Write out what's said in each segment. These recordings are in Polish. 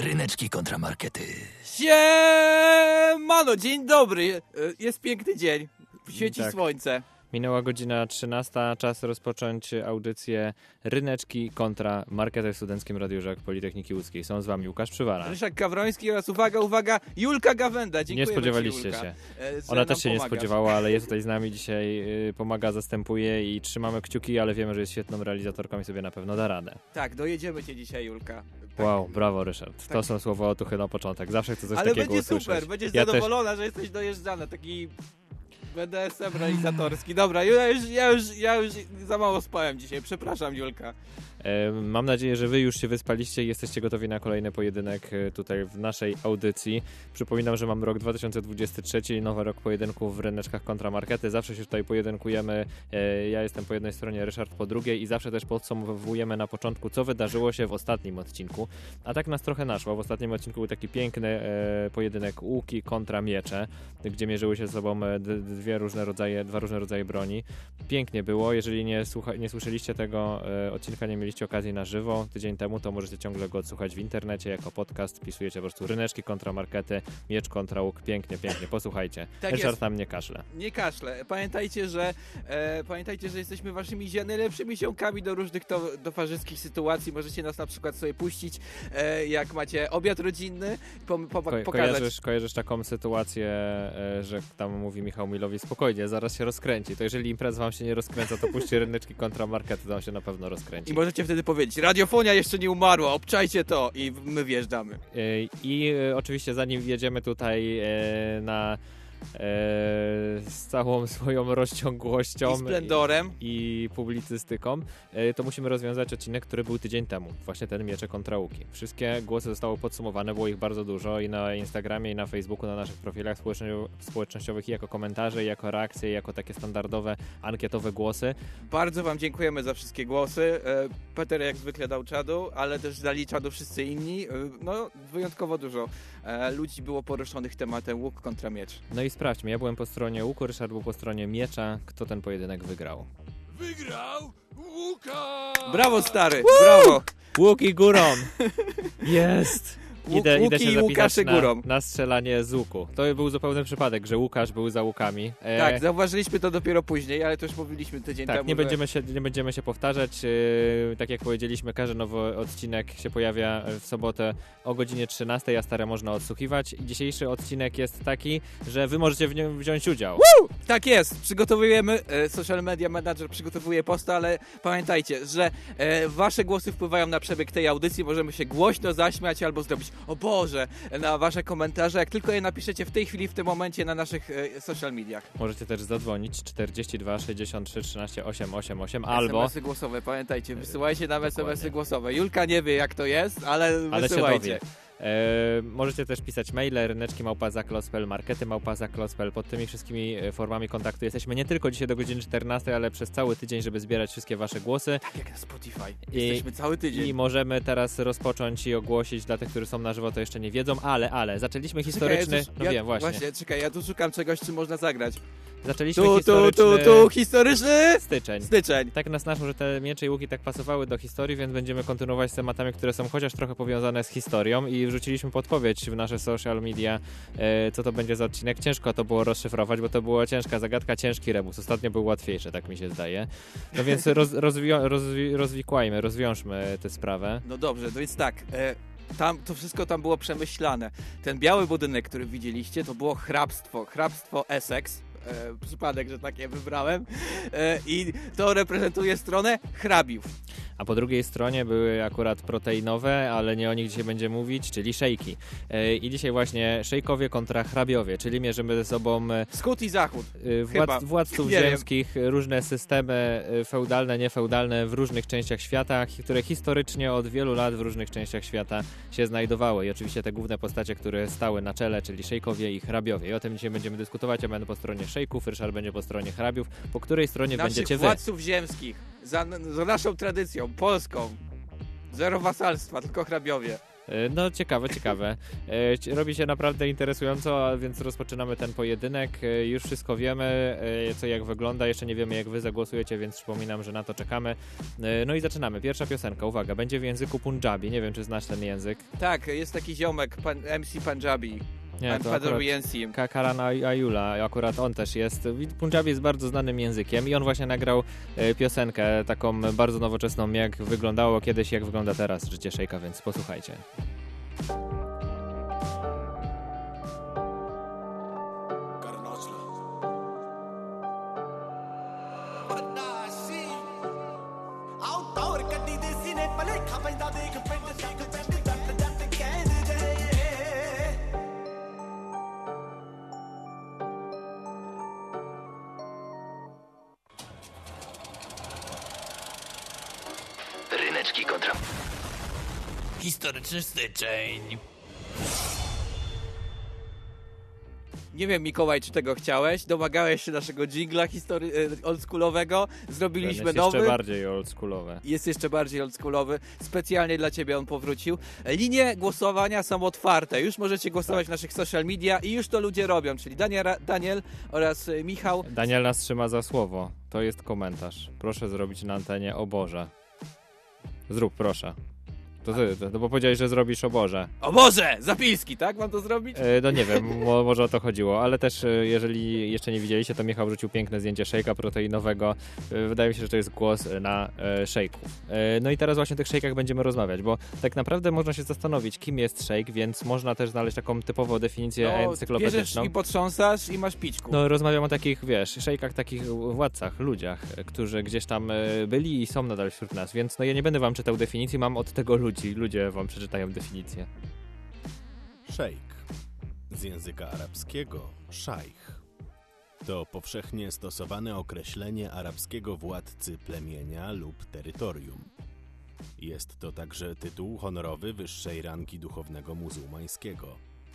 Ryneczki kontramarkety. Siemano, dzień dobry. Jest piękny dzień. Świeci słońce. Minęła godzina 13, czas rozpocząć audycję Ryneczki kontra Markety w Studenckim Radiu Żak Politechniki Łódzkiej. Są z wami Łukasz Przywara, Ryszard Gawroński oraz uwaga, Julka Gawenda. Dziękujemy. Nie spodziewaliście ci, się. Ona też się nie spodziewała, ale jest tutaj z nami dzisiaj, pomaga, zastępuje i trzymamy kciuki, ale wiemy, że jest świetną realizatorką i sobie na pewno da radę. Tak, dojedziemy cię dzisiaj, Julka. Tak. Wow, brawo Ryszard. Tak. To są słowa otuchy na początek. Zawsze chcę coś ale takiego usłyszeć. Ale będzie super, będziesz zadowolona, że jesteś dojeżdżana. Taki BDSM realizatorski. Dobra, ja już za mało spałem dzisiaj. Przepraszam, Julka. Mam nadzieję, że wy już się wyspaliście i jesteście gotowi na kolejny pojedynek tutaj w naszej audycji. Przypominam, że mamy rok 2023 i nowy rok pojedynków w Ryneczkach kontra Markety. Zawsze się tutaj pojedynkujemy. Ja jestem po jednej stronie, Ryszard po drugiej i zawsze też podsumowujemy na początku, co wydarzyło się w ostatnim odcinku. A tak nas trochę naszło. W ostatnim odcinku był taki piękny pojedynek łuki kontra miecze, gdzie mierzyły się ze sobą dwa różne rodzaje broni. Pięknie było. Jeżeli nie słyszeliście tego odcinka, nie mieliście okazji na żywo tydzień temu, to możecie ciągle go odsłuchać w internecie jako podcast. Wpisujecie po prostu Ryneczki kontra Markety, miecz kontra łuk. Pięknie, posłuchajcie. Tak Ryszard tam nie kaszle. Nie kaszle. Pamiętajcie, że jesteśmy waszymi najlepszymi ziomkami do różnych towarzyskich sytuacji. Możecie nas na przykład sobie puścić, jak macie obiad rodzinny, pokazać. Kojarzysz taką sytuację, że tam mówi Michał Milowi, spokojnie, zaraz się rozkręci. To jeżeli impreza wam się nie rozkręca, to puśćcie Ryneczki kontra Markety, to on się na pewno rozkręci. I możecie wtedy powiedzieć, radiofonia jeszcze nie umarła, obczajcie to i my wjeżdżamy. I oczywiście zanim wjedziemy tutaj z całą swoją rozciągłością i splendorem i publicystyką, to musimy rozwiązać odcinek, który był tydzień temu. Właśnie ten miecze kontra łuki. Wszystkie głosy zostały podsumowane, było ich bardzo dużo i na Instagramie, i na Facebooku, na naszych profilach społecznościowych, i jako komentarze, i jako reakcje, i jako takie standardowe, ankietowe głosy. Bardzo wam dziękujemy za wszystkie głosy. Peter jak zwykle dał czadu, ale też dali czadu wszyscy inni. No, wyjątkowo dużo ludzi było poruszonych tematem łuk kontra miecz. No i sprawdźmy, ja byłem po stronie łuku, Ryszard był po stronie miecza. Kto ten pojedynek wygrał? Wygrał Łukasz! Brawo, stary! Brawo! Łuki górą! Jest! Idę się zapisać na strzelanie z łuku. To był zupełny przypadek, że Łukasz był za łukami. Tak, zauważyliśmy to dopiero później, ale to już mówiliśmy tydzień temu. Tak, nie będziemy się powtarzać. Tak jak powiedzieliśmy, każdy nowy odcinek się pojawia w sobotę o godzinie 13, a stare można odsłuchiwać. I dzisiejszy odcinek jest taki, że wy możecie w nim wziąć udział. Woo! Tak jest, przygotowujemy, Social Media Manager przygotowuje posta, ale pamiętajcie, że wasze głosy wpływają na przebieg tej audycji, możemy się głośno zaśmiać albo zrobić o Boże, na wasze komentarze, jak tylko je napiszecie w tej chwili, w tym momencie na naszych social mediach. Możecie też zadzwonić 42 63 13 888 albo SMS-y głosowe, pamiętajcie, wysyłajcie nam SMS-y głosowe. Julka nie wie jak to jest, ale wysyłajcie. Możecie też pisać maile ryneczki@zaklos.pl, markety@zaklos.pl. Pod tymi wszystkimi formami kontaktu jesteśmy nie tylko dzisiaj do godziny 14, ale przez cały tydzień, żeby zbierać wszystkie wasze głosy. Tak jak na Spotify. Jesteśmy cały tydzień. I możemy teraz rozpocząć i ogłosić dla tych, którzy są na żywo, to jeszcze nie wiedzą, ale zaczęliśmy historyczny... Wiem, właśnie. Czekaj, ja tu szukam czegoś, czym można zagrać. Zaczęliśmy historyczny styczeń. Tak nas naszło, że te miecze i łuki tak pasowały do historii, więc będziemy kontynuować z tematami, które są chociaż trochę powiązane z historią i wrzuciliśmy podpowiedź w nasze social media, co to będzie za odcinek. Ciężko to było rozszyfrować, bo to była ciężka zagadka, ciężki rebus. Ostatnio był łatwiejszy, tak mi się zdaje. No więc rozwiążmy tę sprawę. No dobrze, to jest tak... to wszystko tam było przemyślane. Ten biały budynek, który widzieliście, to było hrabstwo Essex. Przypadek, że takie wybrałem. I to reprezentuje stronę hrabiów. A po drugiej stronie były akurat proteinowe, ale nie o nich dzisiaj będziemy mówić, czyli szejki. I dzisiaj właśnie szejkowie kontra hrabiowie, czyli mierzymy ze sobą wschód i zachód. Władców ziemskich, różne systemy feudalne, niefeudalne w różnych częściach świata, które historycznie od wielu lat w różnych częściach świata się znajdowały. I oczywiście te główne postacie, które stały na czele, czyli szejkowie i hrabiowie. I o tym dzisiaj będziemy dyskutować. Ja będę po stronie szejków, Ryszard będzie po stronie hrabiów. Po której stronie będziecie wy? Władców ziemskich. Za naszą tradycją, polską. Zero wasalstwa, tylko hrabiowie. No ciekawe. Robi się naprawdę interesująco, a więc rozpoczynamy ten pojedynek. Już wszystko wiemy, co jak wygląda. Jeszcze nie wiemy, jak wy zagłosujecie, więc przypominam, że na to czekamy. No i zaczynamy. Pierwsza piosenka, uwaga, będzie w języku Punjabi. Nie wiem, czy znasz ten język. Tak, jest taki ziomek, MC Punjabi. Nie, to akurat Karan Ayula, akurat on też jest. Punjabi jest bardzo znanym językiem i on właśnie nagrał piosenkę taką bardzo nowoczesną, jak wyglądało kiedyś, jak wygląda teraz życie szejka, więc posłuchajcie. Ryneczki kontra... Historyczny styczeń. Nie wiem, Mikołaj, czy tego chciałeś. Domagałeś się naszego dżingla oldschoolowego. Zrobiliśmy jest nowy. Jeszcze bardziej oldschoolowy. Jest jeszcze bardziej oldschoolowy. Specjalnie dla ciebie on powrócił. Linie głosowania są otwarte. Już możecie głosować w naszych social media i już to ludzie robią, czyli Daniel oraz Michał. Daniel nas trzyma za słowo. To jest komentarz. Proszę zrobić na antenie o Boże. Zrób, proszę. To bo powiedziałeś, że zrobisz o Boże. O Boże! Zapilski, tak? Mam to zrobić? No nie wiem, może o to chodziło, ale też jeżeli jeszcze nie widzieliście, to Michał wrzucił piękne zdjęcie szejka proteinowego. Wydaje mi się, że to jest głos na szejków. No i teraz właśnie o tych szejkach będziemy rozmawiać, bo tak naprawdę można się zastanowić, kim jest szejk, więc można też znaleźć taką typową definicję encyklopedyczną. Bierzesz i potrząsasz i masz pićku. No rozmawiam o takich, szejkach, takich władcach, ludziach, którzy gdzieś tam byli i są nadal wśród nas, więc no ja nie będę wam czytał definicji, mam od tego ludzi. Ludzie wam przeczytają definicję. Szejk. Z języka arabskiego szajch. To powszechnie stosowane określenie arabskiego władcy plemienia lub terytorium. Jest to także tytuł honorowy wyższej rangi duchownego muzułmańskiego.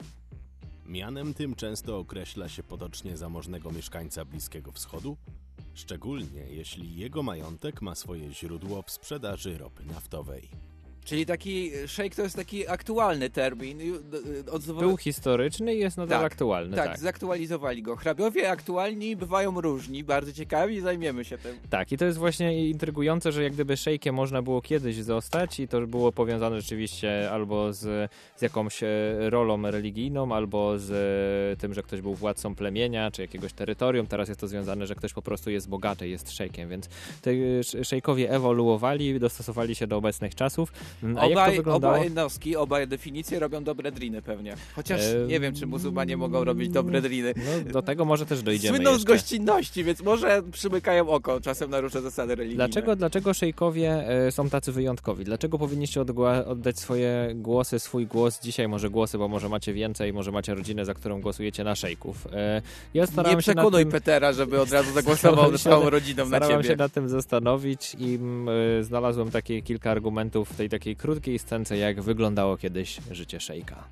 Mianem tym często określa się potocznie zamożnego mieszkańca Bliskiego Wschodu, szczególnie jeśli jego majątek ma swoje źródło w sprzedaży ropy naftowej. Czyli taki szejk to jest taki aktualny termin. Był historyczny i jest nadal aktualny. Tak, zaktualizowali go. Hrabiowie aktualni bywają różni, bardzo ciekawi, zajmiemy się tym. Tak, i to jest właśnie intrygujące, że jak gdyby szejkiem można było kiedyś zostać i to było powiązane rzeczywiście albo z jakąś rolą religijną, albo z tym, że ktoś był władcą plemienia, czy jakiegoś terytorium. Teraz jest to związane, że ktoś po prostu jest bogaty, jest szejkiem, więc te szejkowie ewoluowali, dostosowali się do obecnych czasów. Oba jednostki, oba definicje robią dobre driny pewnie. Chociaż nie wiem, czy muzułmanie mogą robić dobre driny. No, do tego może też dojdziemy. Słyną jeszcze z gościnności, więc może przymykają oko czasem na różne zasady religijne. Dlaczego szejkowie są tacy wyjątkowi? Dlaczego powinniście oddać swój głos dzisiaj? Może głosy, bo może macie więcej, może macie rodzinę, za którą głosujecie na szejków. Nie przekonuj Petera, żeby od razu zagłosował całą rodziną na ciebie. Starałem się nad tym zastanowić i znalazłem takie kilka argumentów w tej takiej krótkiej scence, jak wyglądało kiedyś życie szejka.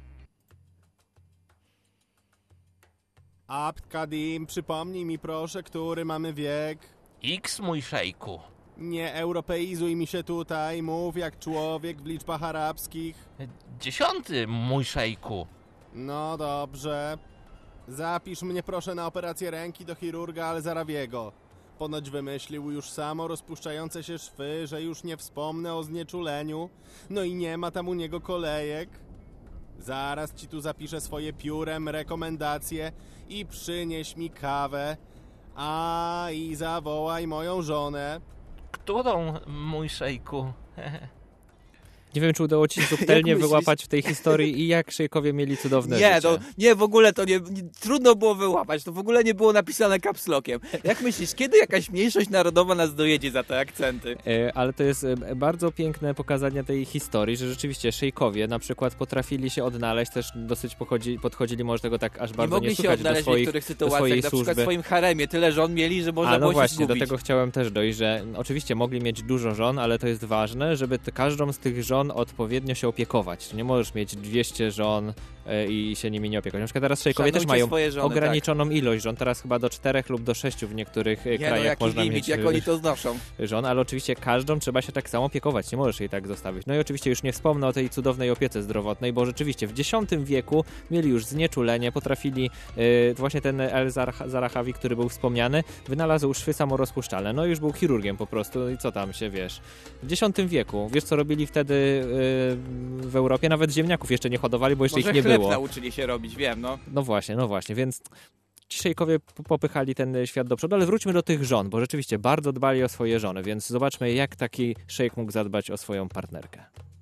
Abd Kadim, przypomnij mi proszę, który mamy wiek. X, mój szejku. Nie europeizuj mi się tutaj, mów jak człowiek w liczbach arabskich. 10, mój szejku. No dobrze. Zapisz mnie proszę na operację ręki do chirurga Al-Zarawiego. Ponoć wymyślił już samo rozpuszczające się szwy, że już nie wspomnę o znieczuleniu. No i nie ma tam u niego kolejek. Zaraz ci tu zapiszę swoje piórem rekomendacje i przynieś mi kawę. A i zawołaj moją żonę. Którą, mój szejku? Nie wiem, czy udało ci się subtelnie wyłapać w tej historii i jak szejkowie mieli cudowne życie. Nie, w ogóle to nie trudno było wyłapać. To w ogóle nie było napisane capslockiem. Jak myślisz, kiedy jakaś mniejszość narodowa nas dojedzie za te akcenty? Ale to jest bardzo piękne pokazanie tej historii, że rzeczywiście szejkowie na przykład potrafili się odnaleźć, też dosyć podchodzili może tego tak aż bardzo nie słuchać do w niektórych sytuacjach, na przykład w swoim haremie. Tyle żon mieli, że można było się zgubić. Do tego chciałem też dojść, że oczywiście mogli mieć dużo żon, ale to jest ważne, żeby każdą z tych żon odpowiednio się opiekować. Nie możesz mieć 200 żon i się nimi nie opiekować. Na przykład teraz szejkowie też Szanujcie mają swoje żony, ograniczoną ilość żon, teraz chyba do 4 lub do 6 w niektórych krajach jaki można limit, mieć jak oni to znoszą. żon, ale oczywiście każdą trzeba się tak samo opiekować, nie możesz jej tak zostawić. No i oczywiście już nie wspomnę o tej cudownej opiece zdrowotnej, bo rzeczywiście w X wieku mieli już znieczulenie, potrafili właśnie ten El-Zarahawi, który był wspomniany, wynalazł szwy samorozpuszczalne. No już był chirurgiem po prostu i co tam się, wiesz. W X wieku, wiesz co robili wtedy w Europie? Nawet ziemniaków jeszcze nie hodowali, bo jeszcze Może ich nie chleb było. nauczyli się robić, wiem, no. No właśnie, więc ci szejkowie popychali ten świat do przodu, ale wróćmy do tych żon, bo rzeczywiście bardzo dbali o swoje żony, więc zobaczmy, jak taki szejk mógł zadbać o swoją partnerkę.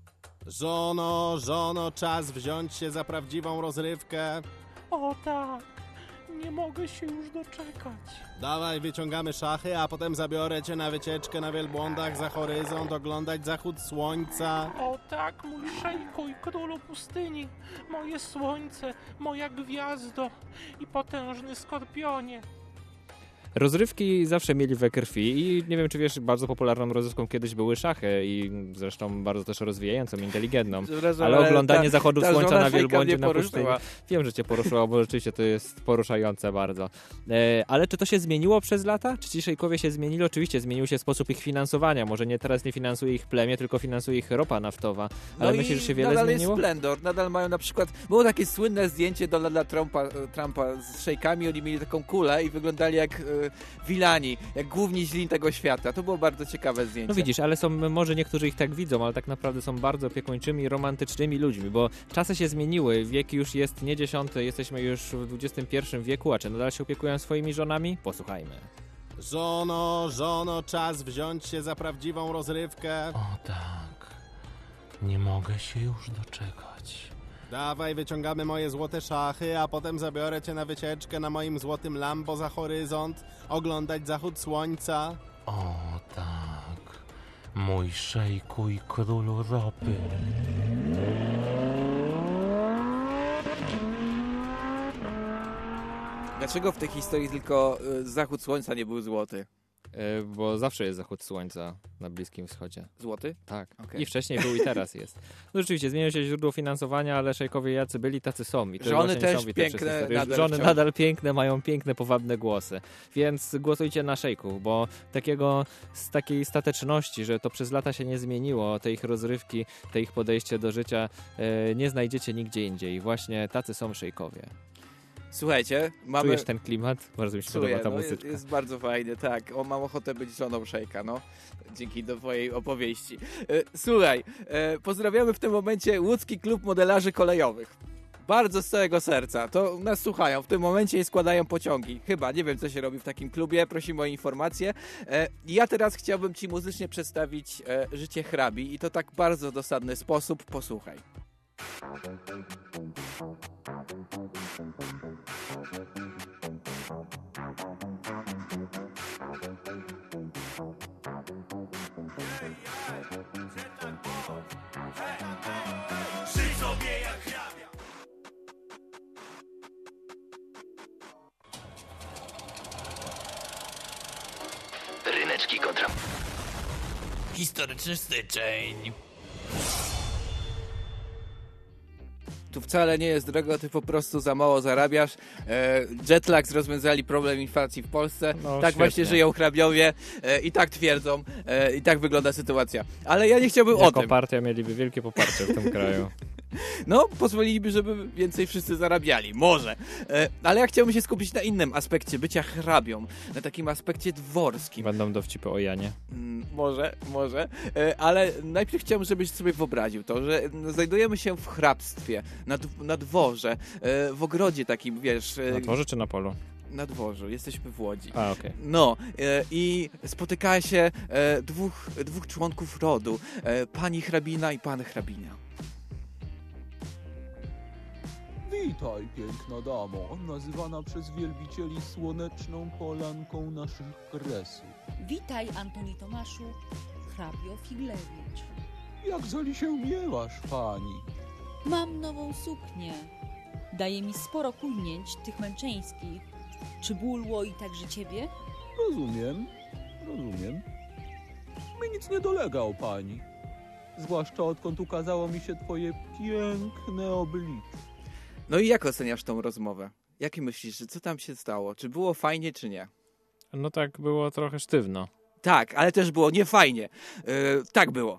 Żono, czas wziąć się za prawdziwą rozrywkę. O tak, nie mogę się już doczekać. Dawaj, wyciągamy szachy, a potem zabiorę cię na wycieczkę na wielbłądach za horyzont, oglądać zachód słońca. O tak, mój szejku i królu pustyni, moje słońce, moja gwiazdo i potężny skorpionie. Rozrywki zawsze mieli we krwi i nie wiem, czy wiesz, bardzo popularną rozrywką kiedyś były szachy i zresztą bardzo też rozwijającą, inteligentną. Ale oglądanie zachodu słońca na wielbłądzie na pustyni. Wiem, że cię poruszyło, bo rzeczywiście to jest poruszające bardzo. Ale czy to się zmieniło przez lata? Czy ci szejkowie się zmienili? Oczywiście zmienił się sposób ich finansowania. Może teraz nie finansuje ich plemię, tylko finansuje ich ropa naftowa. Ale no myślisz, że się wiele nadal zmieniło? Jest splendor. Nadal mają na przykład... Było takie słynne zdjęcie Donalda Trumpa z szejkami. Oni mieli taką kulę i wyglądali jak wilani, jak główni źli tego świata. To było bardzo ciekawe zdjęcie. No widzisz, ale są, może niektórzy ich tak widzą, ale tak naprawdę są bardzo opiekuńczymi, romantycznymi ludźmi, bo czasy się zmieniły, wiek już jest nie 10, jesteśmy już w XXI wieku, a czy nadal się opiekują swoimi żonami? Posłuchajmy. Żono, czas wziąć się za prawdziwą rozrywkę. O tak, nie mogę się już doczekać. Dawaj, wyciągamy moje złote szachy, a potem zabiorę cię na wycieczkę na moim złotym Lambo za horyzont, oglądać zachód słońca. O tak, mój szejku i królu ropy. Dlaczego w tej historii tylko zachód słońca nie był złoty? Bo zawsze jest zachód słońca na Bliskim Wschodzie. Złoty? Tak. Okej. I wcześniej był i teraz jest. No rzeczywiście, zmieniło się źródło finansowania, ale szejkowie jacy byli, tacy są. I to Żony właśnie też niesamowite piękne przez historię. nadal Żony wciąż. nadal piękne, mają piękne, powabne głosy. Więc głosujcie na szejków, bo z takiej stateczności, że to przez lata się nie zmieniło, te ich rozrywki, te ich podejście do życia nie znajdziecie nigdzie indziej. I właśnie tacy są szejkowie. Słuchajcie, mamy... Czujesz ten klimat? Bardzo mi się podoba ta muzyczka. Jest bardzo fajny, tak. Mam ochotę być żoną szejka, no. Dzięki do twojej opowieści. Słuchaj, pozdrawiamy w tym momencie Łódzki Klub Modelarzy Kolejowych. Bardzo z całego serca. To nas słuchają w tym momencie i składają pociągi. Chyba, nie wiem co się robi w takim klubie, prosimy o informację. Ja teraz chciałbym ci muzycznie przedstawić Życie hrabi i to tak bardzo dosadny sposób. Posłuchaj. Ryneczki kontra... Historyczny styczeń. Tu wcale nie jest drogo, ty po prostu za mało zarabiasz. Jetlag rozwiązali problem inflacji w Polsce. No, tak świetnie. właśnie żyją hrabiowie i tak twierdzą. I tak wygląda sytuacja. Ale ja nie chciałbym o Jako tym. partia mieliby wielkie poparcie w tym kraju. No, pozwoliliby, żeby więcej wszyscy zarabiali. Może. Ale ja chciałbym się skupić na innym aspekcie bycia hrabią. Na takim aspekcie dworskim. Będą dowcipy o Janie. Może. Ale najpierw chciałbym, żebyś sobie wyobraził to, że znajdujemy się w hrabstwie, na dworze, w ogrodzie takim, wiesz... Na dworze czy na polu? Na dworzu, jesteśmy w Łodzi. A, okej. No, i spotyka się dwóch członków rodu, pani hrabina i pan hrabina. Witaj, piękna damo, nazywana przez wielbicieli słoneczną polanką naszych kresów. Witaj, Antoni Tomaszu, hrabio Figlewicz. Jak zali się miewasz, pani? Mam nową suknię. Daje mi sporo kulnięć, tych męczeńskich. Czy bólło i także ciebie? Rozumiem. Mi nic nie dolega o pani. Zwłaszcza odkąd ukazało mi się twoje piękne oblicze. No i jak oceniasz tą rozmowę? Jak myślisz, że co tam się stało? Czy było fajnie, czy nie? No tak, było trochę sztywno. Tak, ale też było niefajnie. Tak było.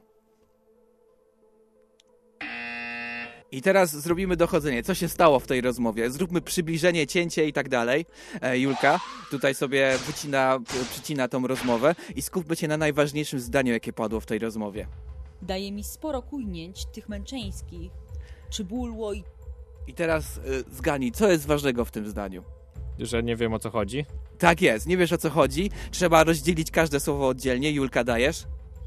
I teraz zrobimy dochodzenie. Co się stało w tej rozmowie? Zróbmy przybliżenie, cięcie i tak dalej. Julka tutaj sobie przycina tą rozmowę i skupmy się na najważniejszym zdaniu, jakie padło w tej rozmowie. Daje mi sporo kujnięć tych męczeńskich. Czy ból I teraz zgadnij, co jest ważnego w tym zdaniu? Że nie wiem, o co chodzi. Tak jest, nie wiesz, o co chodzi. Trzeba rozdzielić każde słowo oddzielnie. Julka, dajesz?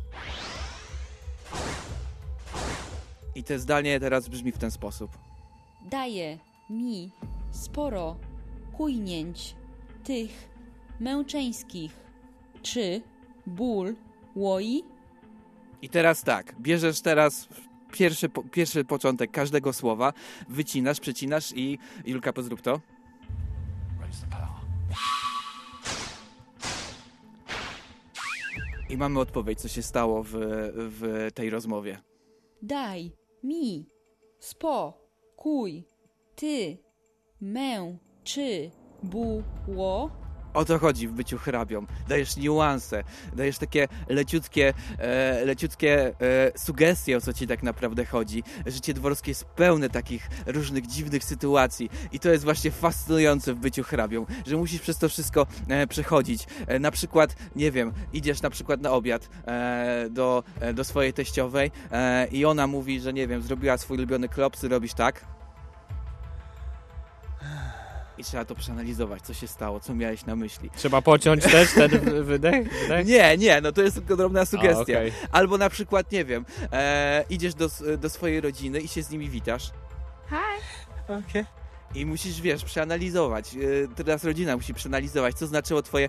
I to zdanie teraz brzmi w ten sposób. daje mi sporo kujnięć tych męczeńskich. Czy ból łoi? I teraz tak, bierzesz teraz pierwszy początek każdego słowa, wycinasz, przecinasz i Julka, pozrób to. I mamy odpowiedź, co się stało w tej rozmowie. Daj mi spokój, ty mę czy było? O to chodzi w byciu hrabią. Dajesz niuanse, dajesz takie leciutkie sugestie, o co ci tak naprawdę chodzi. Życie dworskie jest pełne takich różnych dziwnych sytuacji i to jest właśnie fascynujące w byciu hrabią, że musisz przez to wszystko przechodzić. Na przykład, nie wiem, idziesz na przykład na obiad do swojej teściowej i ona mówi, że nie wiem, zrobiła swój ulubiony klops, robisz tak. I trzeba to przeanalizować, co się stało, co miałeś na myśli. Trzeba pociąć też ten wydech? Nie, no to jest tylko drobna sugestia. Okay. Albo na przykład, nie wiem, idziesz do swojej rodziny i się z nimi witasz. Okay. I musisz, wiesz, przeanalizować. Teraz rodzina musi przeanalizować, co znaczyło twoje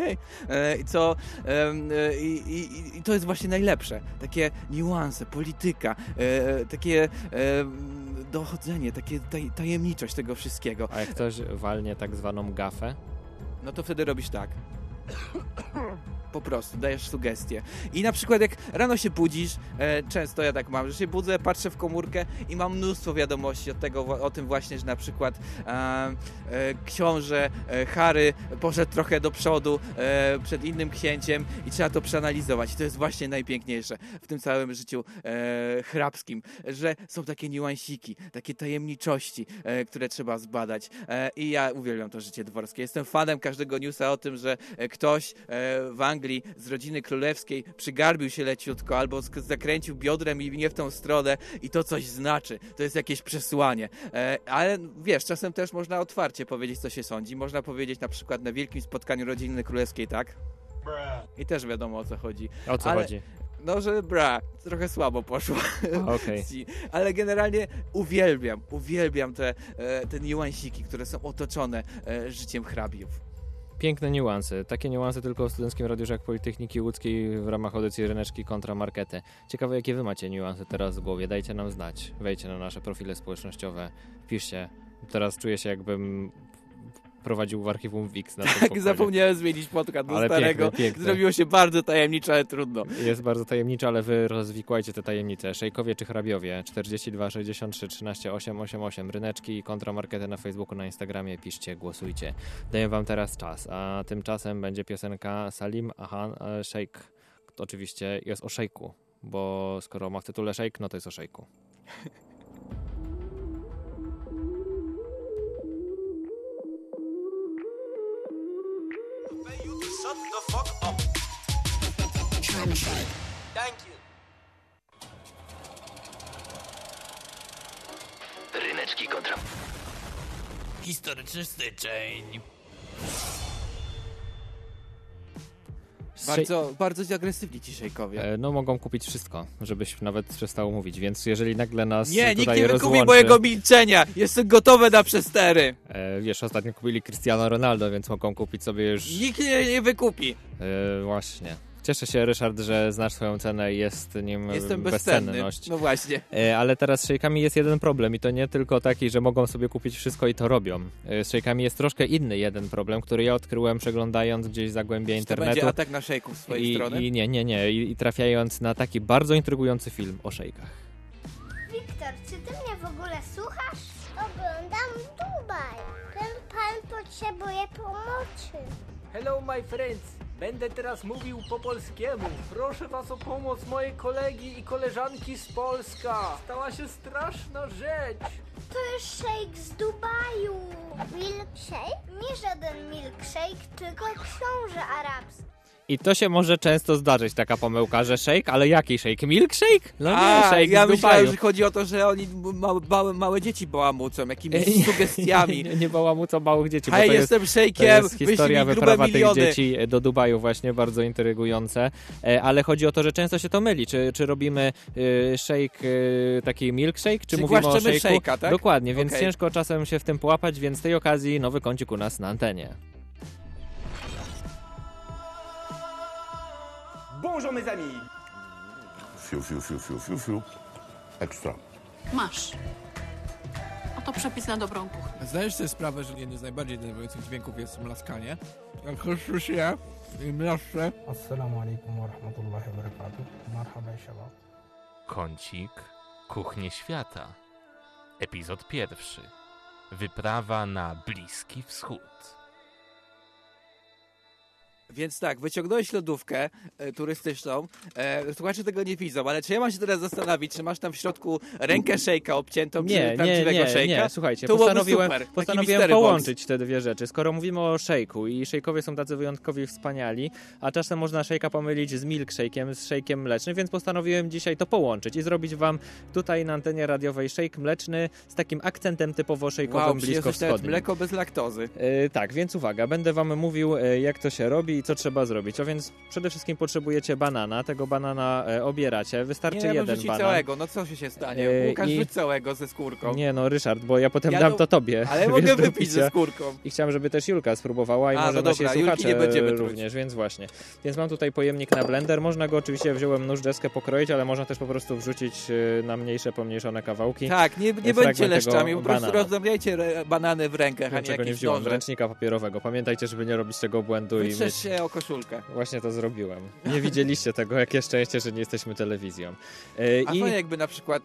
i to jest właśnie najlepsze. Takie niuanse, polityka, takie dochodzenie, takie tajemniczość tego wszystkiego. A jak ktoś walnie tak zwaną gafę? No to wtedy robisz tak. Po prostu dajesz sugestie. I na przykład jak rano się budzisz, często ja tak mam, że się budzę, patrzę w komórkę i mam mnóstwo wiadomości o tym właśnie, że na przykład książę Harry poszedł trochę do przodu przed innym księciem i trzeba to przeanalizować. I to jest właśnie najpiękniejsze w tym całym życiu hrabskim, że są takie niuansiki, takie tajemniczości, które trzeba zbadać. I ja uwielbiam to życie dworskie. Jestem fanem każdego newsa o tym, że ktoś w Anglii z rodziny królewskiej przygarbił się leciutko albo zakręcił biodrem i nie w tą stronę i to coś znaczy. To jest jakieś przesłanie. Ale wiesz, czasem też można otwarcie powiedzieć, co się sądzi. Można powiedzieć na przykład na wielkim spotkaniu rodziny królewskiej, tak? I też wiadomo, o co chodzi. O co chodzi? No, że trochę słabo poszło. Okay. Ale generalnie uwielbiam te niuansiki, które są otoczone życiem hrabiów. Piękne niuanse. Takie niuanse tylko w Studenckim Radiu Żak Politechniki Łódzkiej w ramach audycji Ryneczki kontra Markety. Ciekawe, jakie wy macie niuanse teraz w głowie. Dajcie nam znać. Wejdźcie na nasze profile społecznościowe. Piszcie. Teraz czuję się, jakbym prowadził w archiwum Wix na tym Tak, pokładzie. Zapomniałem zmienić podcast do starego. Piękne. Zrobiło się bardzo tajemnicze, ale trudno. Jest bardzo tajemnicze, ale wy rozwikłajcie te tajemnice. Szejkowie czy hrabiowie? 42 63 13 888. Ryneczki i kontramarkety na Facebooku, na Instagramie. Piszcie, głosujcie. Daję wam teraz czas, a tymczasem będzie piosenka Salim Ahan Sheikh. To oczywiście jest o szejku, bo skoro ma w tytule szejk, no to jest o szejku. Shut the fuck up. Thank you. Ryneczki kontra. Historyczny styczeń. Bardzo agresywni ci szejkowie. No mogą kupić wszystko, żebyś nawet przestał mówić, więc jeżeli nagle nas Nie, nikt tutaj nie rozłączy... wykupi mojego milczenia. Jestem gotowy na przestery. Wiesz, ostatnio kupili Cristiano Ronaldo, więc mogą kupić sobie już... Nikt nie wykupi. Właśnie. Cieszę się, Ryszard, że znasz swoją cenę i jest nim Jestem bezcenny. bezcenność. No właśnie. Ale teraz z szejkami jest jeden problem i to nie tylko taki, że mogą sobie kupić wszystko i to robią. Z szejkami jest troszkę inny jeden problem, który ja odkryłem przeglądając gdzieś zagłębie internetu. To będzie atak na szejków z swojej strony? Nie. I trafiając na taki bardzo intrygujący film o szejkach. Wiktor, Wiktor, czy ty mnie w ogóle słuchasz? Oglądam Dubaj. Ten pan potrzebuje pomocy. Hello my friends, będę teraz mówił po polskiemu. Proszę was o pomoc mojej kolegi i koleżanki z Polska. Stała się straszna rzecz. To jest shake z Dubaju. Milkshake? Nie żaden milkshake, tylko książę arabski. I to się może często zdarzyć, taka pomyłka, że shake, ale jaki shake? Milkshake? No nie, shake ja z myślałem, Dubaju. że chodzi o to, że oni małe dzieci bałamucą, jakimiś sugestiami. Nie bałamucą małych dzieci, bo Hej, to jest, jestem to szejkiem, jest wyślij historia mi grube wyprawa tych miliony. dzieci do Dubaju właśnie, bardzo intrygujące. Ale chodzi o to, że często się to myli. Czy robimy shake, taki milkshake, czy mówimy o głaszczemy shake'u? shake'a, tak? Dokładnie, więc Okej. ciężko czasem się w tym połapać, więc z tej okazji nowy kącik u nas na antenie. Bonjour mes amis. Fiu, fiu, fiu, fiu, fiu, fiu. Ekstra. Masz. Oto przepis na dobrą kuchnię. Zdajesz sobie sprawę, że jednym z najbardziej denerwujących dźwięków jest mlaskanie? Jak chrzcisz się i mlaszcze. Assalamu alaikum wa rahmatullahi wa barakatuh. Marhaba shabab. Kącik Kuchnie Świata. Epizod 1. Wyprawa na Bliski Wschód. Więc tak, wyciągnąłeś lodówkę turystyczną. Słuchacze tego nie widzą, ale czy ja mam się teraz zastanowić, czy masz tam w środku rękę szejka obciętą, czy prawdziwego szejka? Nie, słuchajcie, To byłoby postanowiłem super. Taki postanowiłem mystery połączyć te dwie rzeczy. Skoro mówimy o szejku i szejkowie są tacy wyjątkowi wspaniali, a czasem można szejka pomylić z milkshake'iem, z szejkiem mlecznym, więc postanowiłem dzisiaj to połączyć i zrobić wam tutaj na antenie radiowej szejk mleczny z takim akcentem typowo szejkowym Wow, bliskowschodnim. mleko bez laktozy. Tak, więc uwaga, będę wam mówił, jak to się robi i co trzeba zrobić. A więc przede wszystkim potrzebujecie banana, tego banana obieracie, wystarczy nie, jeden rzucić banan. całego, no co się stanie? Łukasz, rzuć całego ze skórką. Nie no, Ryszard, bo ja potem dam to tobie. Ale mogę wypić ze skórką. I chciałem, żeby też Julka spróbowała i może no nasi dobra, słuchacze nie będziemy również, więc właśnie. Więc mam tutaj pojemnik na blender, można go oczywiście, wziąłem nóż, deskę pokroić, ale można też po prostu wrzucić na mniejsze, pomniejszone kawałki. Tak, nie bądźcie leszczami, po prostu rozmawiajcie banany w rękach, a nie czego nie jakieś wziąłem, noże. ręcznika papierowego. Pamiętajcie, żeby nie robić tego błędu i mieć... się o koszulkę. Właśnie to zrobiłem. Nie widzieliście tego, jakie szczęście, że nie jesteśmy telewizją. A fajnie jakby na przykład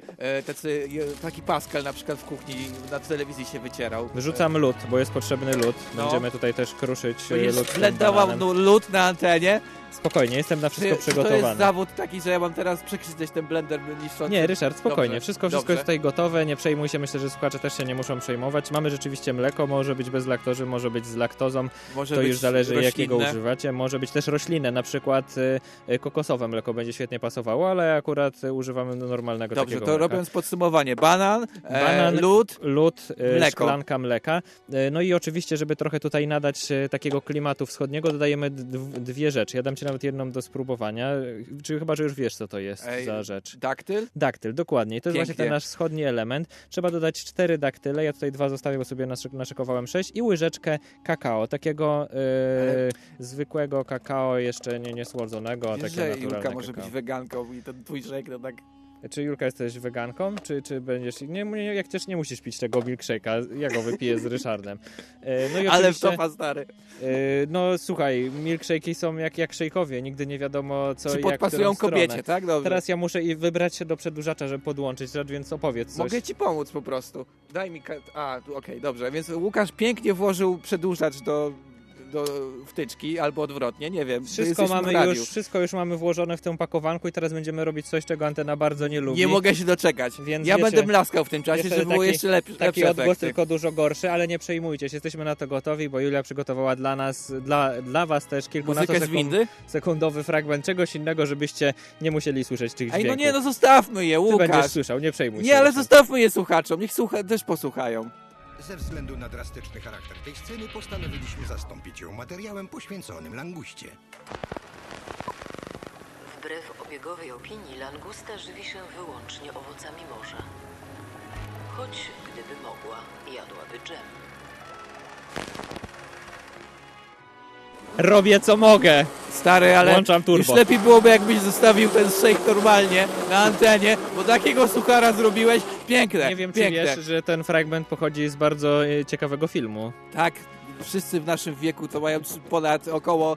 taki Pascal na przykład w kuchni na telewizji się wycierał. Wrzucam lód, bo jest potrzebny lód. Będziemy tutaj też kruszyć lód. Blendował lód na antenie. Spokojnie, jestem na wszystko przygotowany. To jest zawód taki, że ja mam teraz przekrzyczeć ten blender niszczący. Nie, Ryszard, spokojnie. Dobrze, wszystko jest tutaj gotowe, nie przejmuj się, myślę, że słuchacze też się nie muszą przejmować. Mamy rzeczywiście mleko, może być bez laktozy, może być z laktozą, może to być już zależy roślinne. jakiego używacie. Może być też roślinne, na przykład kokosowe mleko będzie świetnie pasowało, ale akurat używamy normalnego Dobrze, takiego to mleka. robiąc podsumowanie. Banan, lód, mleko. szklanka mleka. No i oczywiście, żeby trochę tutaj nadać takiego klimatu wschodniego, dodajemy dwie rzeczy. Ja dam ci nawet jedną do spróbowania. Czy chyba, że już wiesz, co to jest za rzecz. Daktyl? Daktyl, dokładnie. I to jest właśnie ten nasz wschodni element. Trzeba dodać 4 daktyle. Ja tutaj 2 zostawię, bo sobie naszykowałem 6 i łyżeczkę kakao. Takiego zwykłego kakao, jeszcze nie słodzonego, Wiesz, takie że naturalne Julka może kakao. być weganką i ten twój shake to tak... Czy Julka jesteś weganką? Czy będziesz... Nie, jak też nie musisz pić tego milkshake'a. Ja go wypiję z Ryszardem. No i ale wtopa, stary. No słuchaj, milkshake'i są jak szejkowie. Nigdy nie wiadomo co Czy i jak podpasują kobiecie, tak? Dobrze. Teraz ja muszę wybrać się do przedłużacza, żeby podłączyć, więc opowiedz coś. Mogę ci pomóc po prostu. Daj mi... Okej, dobrze. Więc Łukasz pięknie włożył przedłużacz do wtyczki, albo odwrotnie, nie wiem. Wszystko już mamy włożone w tym pakowanku i teraz będziemy robić coś, czego antena bardzo nie lubi. Nie mogę się doczekać. Więc ja będę mlaskał w tym czasie, żeby było jeszcze lepsze taki odgłos, efekty. tylko dużo gorszy, ale nie przejmujcie się, jesteśmy na to gotowi, bo Julia przygotowała dla nas, dla was też kilkunastosekundowy fragment czegoś innego, żebyście nie musieli słyszeć tych dźwięków. No zostawmy je, Łukasz. Ty będziesz słyszał, nie przejmuj się. Nie, ale zostawmy je słuchaczom, niech też posłuchają. Ze względu na drastyczny charakter tej sceny postanowiliśmy zastąpić ją materiałem poświęconym languście. Wbrew obiegowej opinii, langusta żywi się wyłącznie owocami morza. Choć gdyby mogła, jadłaby dżem. Robię co mogę. Stary, ale włączam turbo. Już lepiej byłoby, jakbyś zostawił ten shake normalnie na antenie, bo takiego suchara zrobiłeś. Piękne. Nie wiem, piękne. czy wiesz, że ten fragment pochodzi z bardzo ciekawego filmu. Tak, wszyscy w naszym wieku, to mają ponad około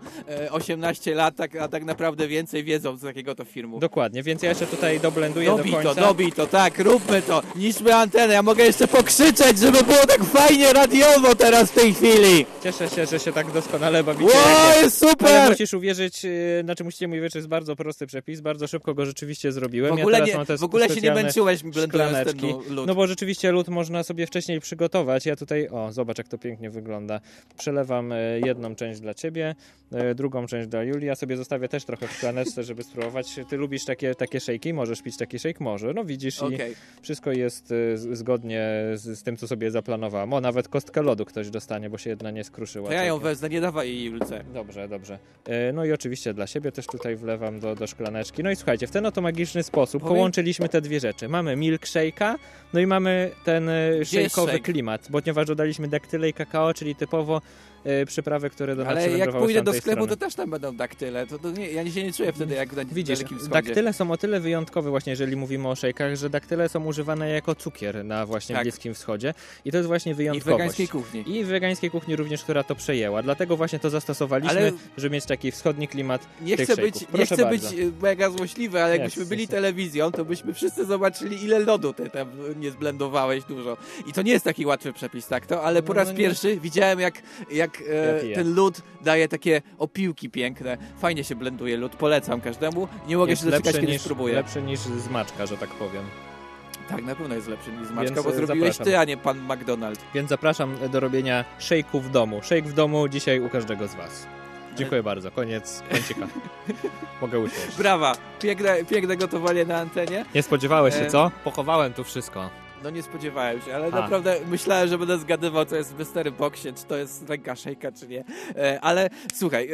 18 lat, a tak naprawdę więcej wiedzą z takiego to filmu. Dokładnie, więc ja jeszcze tutaj doblenduję do końca. Dobij to, tak, róbmy to, niszmy antenę, ja mogę jeszcze pokrzyczeć, żeby było tak fajnie radiowo teraz w tej chwili. Cieszę się, że się tak doskonale bawicie. Jest super! Ale musisz uwierzyć, musicie mi uwierzyć, że jest bardzo prosty przepis, bardzo szybko go rzeczywiście zrobiłem. W ogóle się nie męczyłeś blendując ten lód. No bo rzeczywiście lód można sobie wcześniej przygotować. Ja tutaj, zobacz jak to pięknie wygląda. Przelewam jedną część dla ciebie, drugą część dla Julii. Ja sobie zostawię też trochę w szklaneczce, żeby spróbować. Ty lubisz takie szejki? Możesz pić taki szejk? Może. No widzisz i wszystko jest zgodnie z tym, co sobie zaplanowałem. Nawet kostkę lodu ktoś dostanie, bo się jedna nie skruszyła. To ja ją wezmę, nie dawaj jej Julce. Dobrze. No i oczywiście dla siebie też tutaj wlewam do szklaneczki. No i słuchajcie, w ten oto magiczny sposób połączyliśmy te dwie rzeczy. Mamy milkshake'a, no i mamy ten szejkowy klimat, ponieważ dodaliśmy daktyle i kakao, czyli typowo przyprawy, które do nas przywędrowały. Ale jak pójdę do sklepu, strony. to też tam będą daktyle. Ja się nie czuję wtedy jak na Widzisz, Dalekim Wschodzie. daktyle są o tyle wyjątkowe właśnie, jeżeli mówimy o szejkach, że daktyle są używane jako cukier na właśnie Bliskim Wschodzie i to jest właśnie wyjątkowość. I w wegańskiej kuchni. I w wegańskiej kuchni również, która to przejęła. Dlatego właśnie to zastosowaliśmy, żeby mieć taki wschodni klimat Nie chcę być mega złośliwy, ale jakbyśmy byli telewizją, to byśmy wszyscy zobaczyli, ile lodu ty tam nie zblendowałeś dużo. I to nie jest taki łatwy przepis, tak to? Ale po raz pierwszy widziałem, jak ten lód daje takie opiłki piękne. Fajnie się blenduje lód, polecam każdemu. Nie mogę się doczekać, kiedy spróbuję. Lepszy niż z maczka, że tak powiem. Tak, na pewno jest lepszy niż z maczka, bo zrobiłeś ty, a nie pan McDonald. Więc zapraszam do robienia szejku w domu. Szejk w domu dzisiaj u każdego z was. Dziękuję bardzo. Koniec kącika. Mogę usiąść. Brawa. Piękne gotowanie na antenie. Nie spodziewałeś się, co? Pochowałem tu wszystko. No nie spodziewałem się, ale naprawdę myślałem, że będę zgadywał, co jest w Mystery Boxie, czy to jest ręka szejka, czy nie. Ale słuchaj,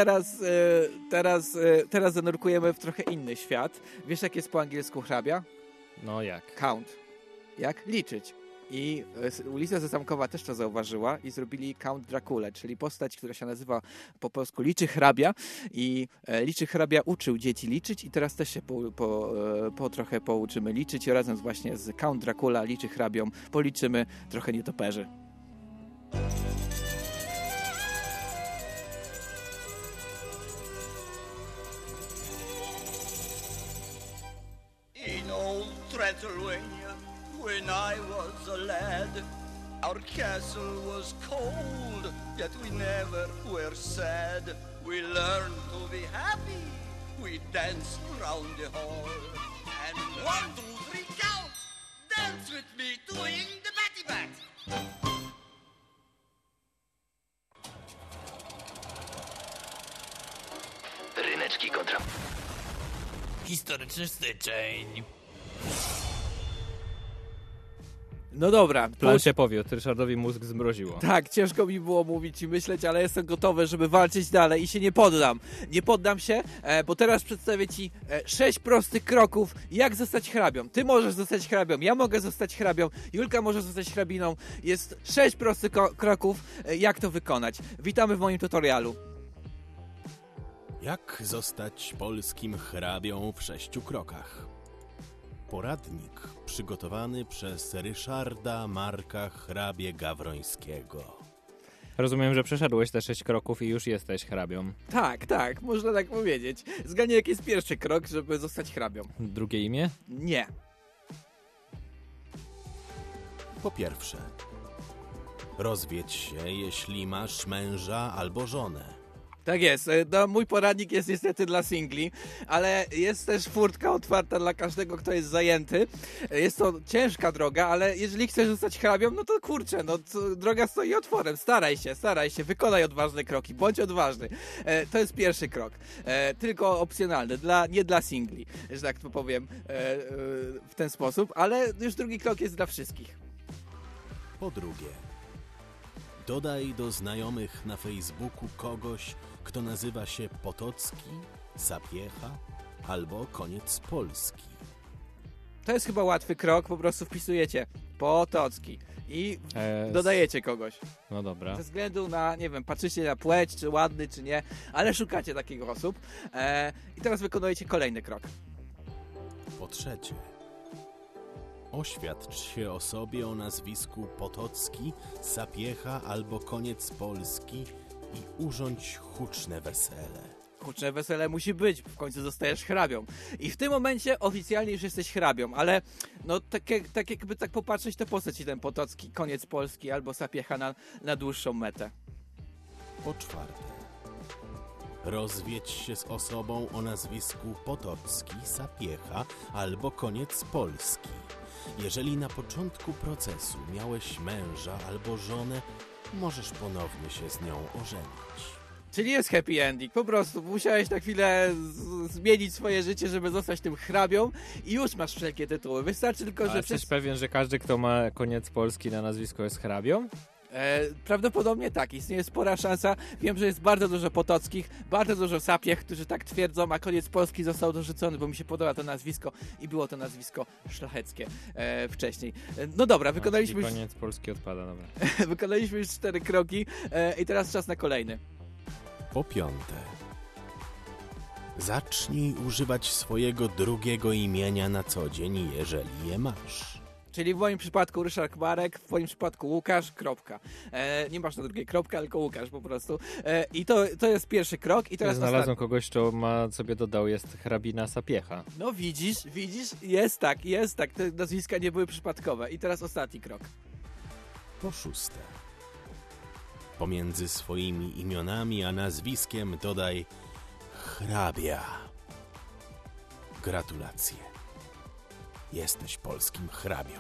teraz zanurkujemy w trochę inny świat. Wiesz, jak jest po angielsku hrabia? No jak? Count. Jak? Liczyć. I ulica Sezamkowa też to zauważyła i zrobili Count Dracula, czyli postać, która się nazywa po polsku Liczy Hrabia i Liczy Hrabia uczył dzieci liczyć i teraz też się trochę pouczymy liczyć i razem właśnie z Count Dracula, Liczy Hrabią policzymy trochę nietoperzy. In old Transylvania, when I was a lad, our castle was cold, yet we never were sad. We learned to be happy, we danced round the hall. And 1, 2, 3, count! Dance with me, doing the batty bat! Ryneczki kontra... Historyczny styczeń. No dobra. Plan się powiódł, Ryszardowi mózg zmroziło. Tak, ciężko mi było mówić i myśleć, ale jestem gotowy, żeby walczyć dalej i się nie poddam. Nie poddam się, bo teraz przedstawię Ci 6 prostych kroków, jak zostać hrabią. Ty możesz zostać hrabią, ja mogę zostać hrabią, Julka może zostać hrabiną. Jest 6 prostych kroków, jak to wykonać. Witamy w moim tutorialu. Jak zostać polskim hrabią w 6 krokach? Poradnik przygotowany przez Ryszarda Marka Hrabie-Gawrońskiego. Rozumiem, że przeszedłeś te 6 kroków i już jesteś hrabią. Tak, można tak powiedzieć. Zgadnij, jaki jest pierwszy krok, żeby zostać hrabią. Drugie imię? Nie. Po pierwsze, rozwiedź się, jeśli masz męża albo żonę. Tak jest. Mój poradnik jest niestety dla singli, ale jest też furtka otwarta dla każdego, kto jest zajęty. Jest to ciężka droga, ale jeżeli chcesz zostać hrabią, no to kurczę, droga stoi otworem. Staraj się, wykonaj odważne kroki, bądź odważny. To jest pierwszy krok. Tylko opcjonalny, nie dla singli, że tak to powiem w ten sposób, ale już drugi krok jest dla wszystkich. Po drugie, dodaj do znajomych na Facebooku kogoś, kto nazywa się Potocki, Sapiecha albo Koniec Polski. To jest chyba łatwy krok, po prostu wpisujecie Potocki i dodajecie kogoś. No dobra. Ze względu na, nie wiem, patrzycie na płeć, czy ładny, czy nie, ale szukacie takich osób. I teraz wykonujecie kolejny krok. Po trzecie, Oświadcz się o sobie o nazwisku Potocki, Sapiecha albo Koniec Polski i urządź huczne wesele. Huczne wesele musi być, w końcu zostajesz hrabią. I w tym momencie oficjalnie już jesteś hrabią, ale no tak jakby tak popatrzeć, to po co ci ten Potocki, Koniec Polski albo Sapiecha na dłuższą metę? Po czwarte, rozwiedź się z osobą o nazwisku Potocki, Sapiecha albo Koniec Polski. Jeżeli na początku procesu miałeś męża albo żonę, możesz ponownie się z nią ożenić. Czyli jest happy ending, po prostu musiałeś na chwilę zmienić swoje życie, żeby zostać tym hrabią i już masz wszelkie tytuły. Wystarczy tylko, że... Jesteś pewien, że każdy, kto ma Koniec Polski na nazwisko, jest hrabią? Prawdopodobnie tak, istnieje spora szansa. Wiem, że jest bardzo dużo Potockich, bardzo dużo Sapiech, którzy tak twierdzą, a Koniec Polski został dorzucony, bo mi się podoba to nazwisko i było to nazwisko szlacheckie wcześniej. No dobra, wykonaliśmy już... Koniec Polski odpada, dobra. Wykonaliśmy już 4 kroki i teraz czas na kolejny. Po piąte, zacznij używać swojego drugiego imienia na co dzień, jeżeli je masz. Czyli w moim przypadku Ryszard Marek, w twoim przypadku Łukasz, kropka. Nie masz na drugiej kropka, tylko Łukasz po prostu. I to jest pierwszy krok. I teraz znalazłem kogoś, kto sobie dodał, jest hrabina Sapiecha. No widzisz, jest tak. Te nazwiska nie były przypadkowe. I teraz ostatni krok. Po szóste, pomiędzy swoimi imionami a nazwiskiem dodaj hrabia. Gratulacje. Jesteś polskim hrabią.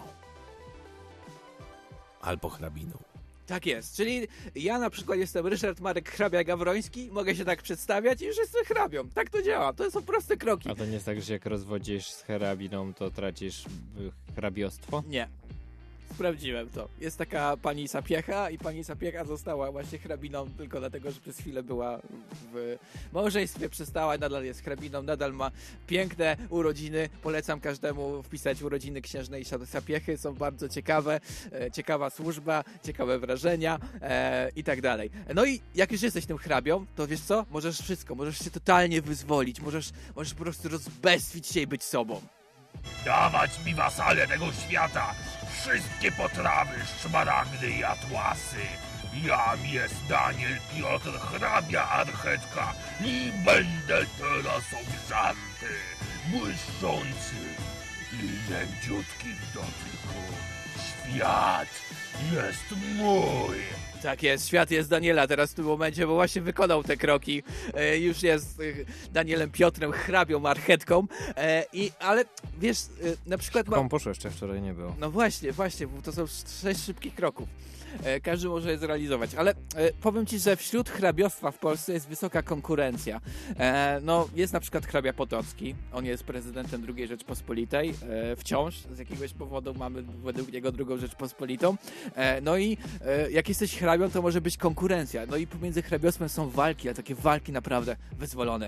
Albo hrabiną. Tak jest, czyli ja na przykład jestem Ryszard Marek Hrabia Gawroński, mogę się tak przedstawiać i już jestem hrabią. Tak to działa, to są proste kroki. A to nie jest tak, że jak rozwodzisz z hrabiną, to tracisz hrabiostwo? Nie. Sprawdziłem to. Jest taka pani Sapiecha i pani Sapiecha została właśnie hrabiną tylko dlatego, że przez chwilę była w małżeństwie, przestała, nadal jest hrabiną, nadal ma piękne urodziny. Polecam każdemu wpisać urodziny księżnej Sapiechy, są bardzo ciekawe, ciekawa służba, ciekawe wrażenia i tak dalej. No i jak już jesteś tym hrabią, to wiesz co? Możesz wszystko, możesz się totalnie wyzwolić, możesz po prostu rozbestwić się i być sobą. Dawać mi wasale tego świata, wszystkie potrawy, szmaragdy i atłasy. Jam jest Daniel Piotr, hrabia Archetka i będę teraz ogrzanty, błyszczący i mięciutki w dotyku. Świat jest mój. Tak jest, świat jest Daniela teraz w tym momencie, bo właśnie wykonał te kroki. Już jest Danielem Piotrem, hrabią, marchetką. Ale wiesz, na przykład... Komposzu jeszcze wczoraj nie było. No właśnie, bo to są 6 szybkich kroków. Każdy może je zrealizować, ale powiem ci, że wśród hrabiostwa w Polsce jest wysoka konkurencja. No, jest na przykład hrabia Potocki, on jest prezydentem II Rzeczpospolitej, wciąż, z jakiegoś powodu mamy według niego II Rzeczpospolitą. No i jak jesteś hrabią, to może być konkurencja. No i pomiędzy hrabiostwem są walki, ale takie walki naprawdę wyzwolone.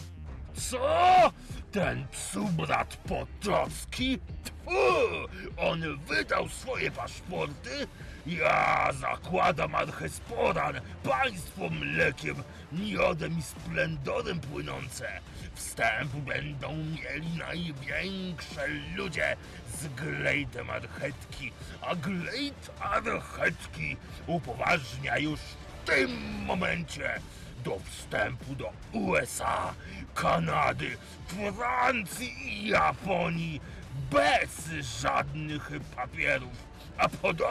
Co? Ten psubrat Potocki? Tfu! On wydał swoje paszporty? Ja zakładam archesporan, państwo mlekiem, miodem i splendorem płynące. Wstęp będą mieli największe ludzie z glejtem Archetki, a glejt Archetki upoważnia już w tym momencie do wstępu do USA, Kanady, Francji i Japonii bez żadnych papierów. A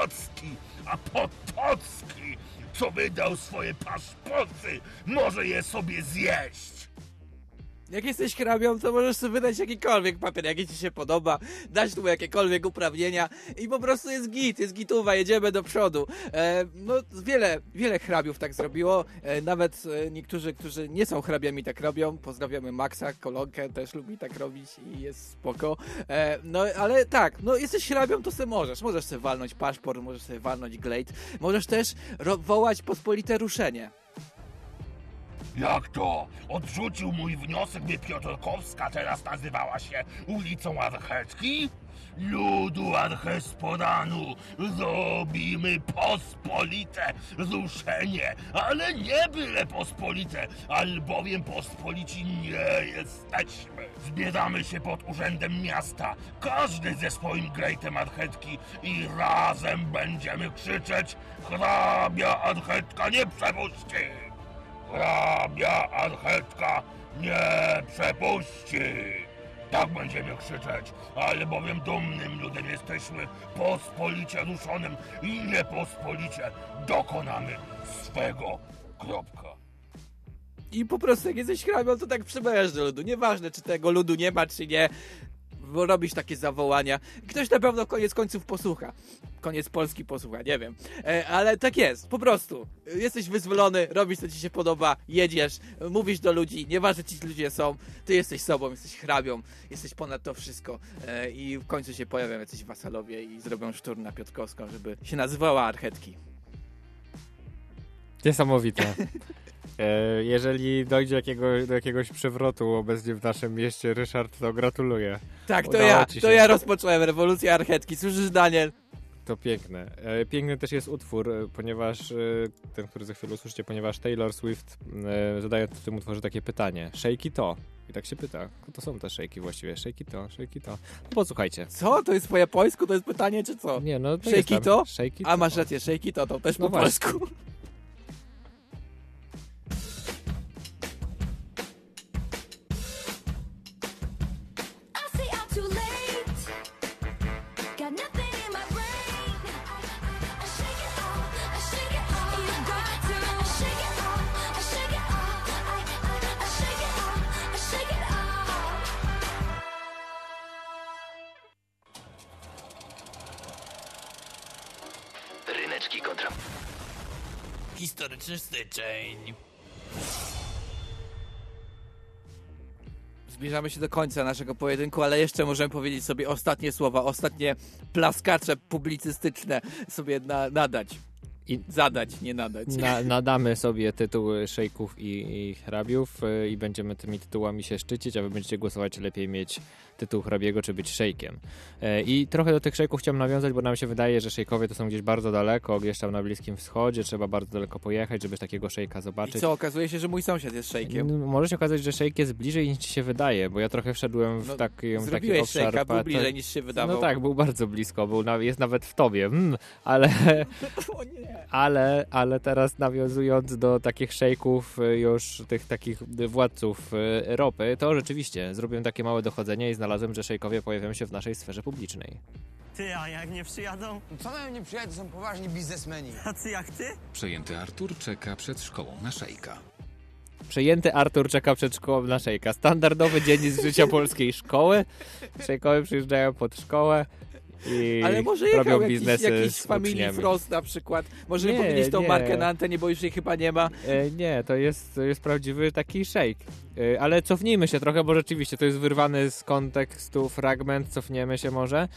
Potocki, co wydał swoje paszporty, może je sobie zjeść. Jak jesteś hrabią, to możesz sobie wydać jakikolwiek papier, jaki ci się podoba, dać mu jakiekolwiek uprawnienia i po prostu jest gituwa, jedziemy do przodu. No, wiele hrabiów tak zrobiło, nawet niektórzy, którzy nie są hrabiami, tak robią. Pozdrawiamy Maxa, Kolonkę, też lubi tak robić i jest spoko. No, ale tak, no jesteś hrabią, to sobie możesz sobie walnąć paszport, możesz sobie walnąć glejt, możesz też wołać pospolite ruszenie. Jak to? Odrzucił mój wniosek, by Piotrkowska teraz nazywała się ulicą Archetki? Ludu Archespodanu, zrobimy pospolite ruszenie, ale nie byle pospolite, albowiem pospolici nie jesteśmy. Zbieramy się pod urzędem miasta, każdy ze swoim grejtem Archetki i razem będziemy krzyczeć: hrabia Archetka nie przepuści! Hrabia Archetka nie przepuści! Tak będziemy krzyczeć, albowiem dumnym ludem jesteśmy, pospolicie ruszonym i niepospolicie dokonamy swego. Kropka. I po prostu jak jesteś hrabią, to tak przybędziesz do ludu. Nieważne, czy tego ludu nie ma, czy nie. Bo robisz takie zawołania. Ktoś na pewno koniec końców posłucha. Koniec Polski posłucha, nie wiem. Ale tak jest, po prostu. Jesteś wyzwolony, robisz co ci się podoba, jedziesz, mówisz do ludzi, nieważne ci ludzie są, ty jesteś sobą, jesteś hrabią, jesteś ponad to wszystko. I w końcu się pojawią jacyś wasalowie i zrobią szturm na Piotrkowską, żeby się nazywała Archetki. Niesamowite. Jeżeli dojdzie do jakiegoś przewrotu obecnie w naszym mieście, Ryszard, to gratuluję. Tak, Udało to ja rozpocząłem rewolucję Archetki. Słyszysz, Daniel? To piękne. Piękny też jest utwór, ponieważ ten, który za chwilę usłyszycie, ponieważ Taylor Swift zadaje w tym utworze takie pytanie. Shake to. I tak się pyta. To są te shake'i właściwie. Shake to. No posłuchajcie. Co? To jest po japońsku? To jest pytanie, czy co? Nie, no to shake to? Shake A, masz rację, shake to też po polsku. Ryneczki kontra... Historyczny styczeń. Zbliżamy się do końca naszego pojedynku, ale jeszcze możemy powiedzieć sobie ostatnie słowa, ostatnie plaskacze publicystyczne sobie nadać. I zadać, nie nadać. Nadamy sobie tytuły szejków i hrabiów i będziemy tymi tytułami się szczycić, a wy będziecie głosować, lepiej mieć tytuł hrabiego, czy być szejkiem. I trochę do tych szejków chciałem nawiązać, bo nam się wydaje, że szejkowie to są gdzieś bardzo daleko, gdzieś tam na Bliskim Wschodzie, trzeba bardzo daleko pojechać, żeby takiego szejka zobaczyć. I co, okazuje się, że mój sąsiad jest szejkiem? Może się okazać, że szejk jest bliżej niż ci się wydaje, bo ja trochę wszedłem w taki obszar. Szejka, był bliżej niż się wydawał. No tak, był bardzo blisko, jest nawet w tobie, ale teraz nawiązując do takich szejków, już tych takich władców ropy, to rzeczywiście zrobiłem takie małe dochodzenie i znalazłem, że szejkowie pojawiają się w naszej sferze publicznej. Ty, a jak nie przyjadą? Co mają nie przyjadą? To są poważni biznesmeni. Tacy jak ty? Przejęty Artur czeka przed szkołą na szejka. Przejęty Artur czeka przed szkołą na szejka. Standardowy dzień z życia polskiej szkoły. Szejkowie przyjeżdżają pod szkołę i ale może robią jechał biznesy jakiś Family Frost na przykład. Może nie powiedzieć tą markę na antenie, bo już jej chyba nie ma. Nie, to jest prawdziwy taki szejk. Ale cofnijmy się trochę, bo rzeczywiście to jest wyrwany z kontekstu fragment. Cofniemy się może.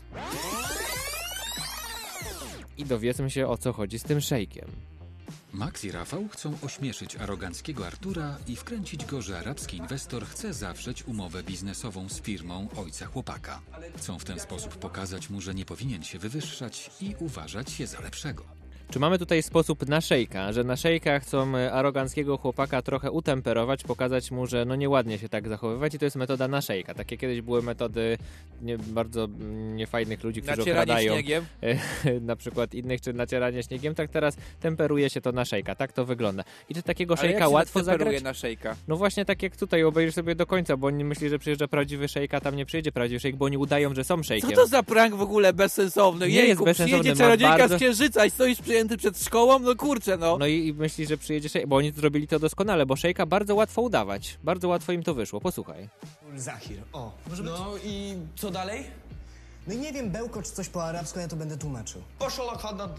I dowiedzmy się, o co chodzi z tym szejkiem. Max i Rafał chcą ośmieszyć aroganckiego Artura i wkręcić go, że arabski inwestor chce zawrzeć umowę biznesową z firmą ojca chłopaka. Chcą w ten sposób pokazać mu, że nie powinien się wywyższać i uważać się za lepszego. Czy mamy tutaj sposób na szejka, że na szejka chcą aroganckiego chłopaka trochę utemperować, pokazać mu, że no nieładnie się tak zachowywać i to jest metoda na szejka. Takie kiedyś były metody bardzo niefajnych ludzi, którzy okradają śniegiem. Na przykład innych, czy nacieranie śniegiem, tak teraz temperuje się to na szejka. Tak to wygląda. I to takiego szejka łatwo zagrać. Na szejka? No właśnie tak jak tutaj, obejrzysz sobie do końca, bo oni myśli, że przyjeżdża prawdziwy szejk, a tam nie przyjedzie prawdziwy szejk, bo oni udają, że są szejkiem. Co to za prank w ogóle bezsensowny? Nie jest bezsensowny. Przyjedzie czarodziejka z Księżyca i stoisz przyjęty przed szkołą? No kurczę, no. No i myśli, że przyjedzie szejk, bo oni zrobili to doskonale, bo szejka bardzo łatwo udawać. Bardzo łatwo im to wyszło. Posłuchaj. Zahir, o. No i co dalej? No i nie wiem, bełkocz coś po arabsku, ja to będę tłumaczył.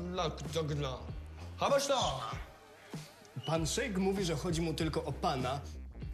Pan szejk mówi, że chodzi mu tylko o pana.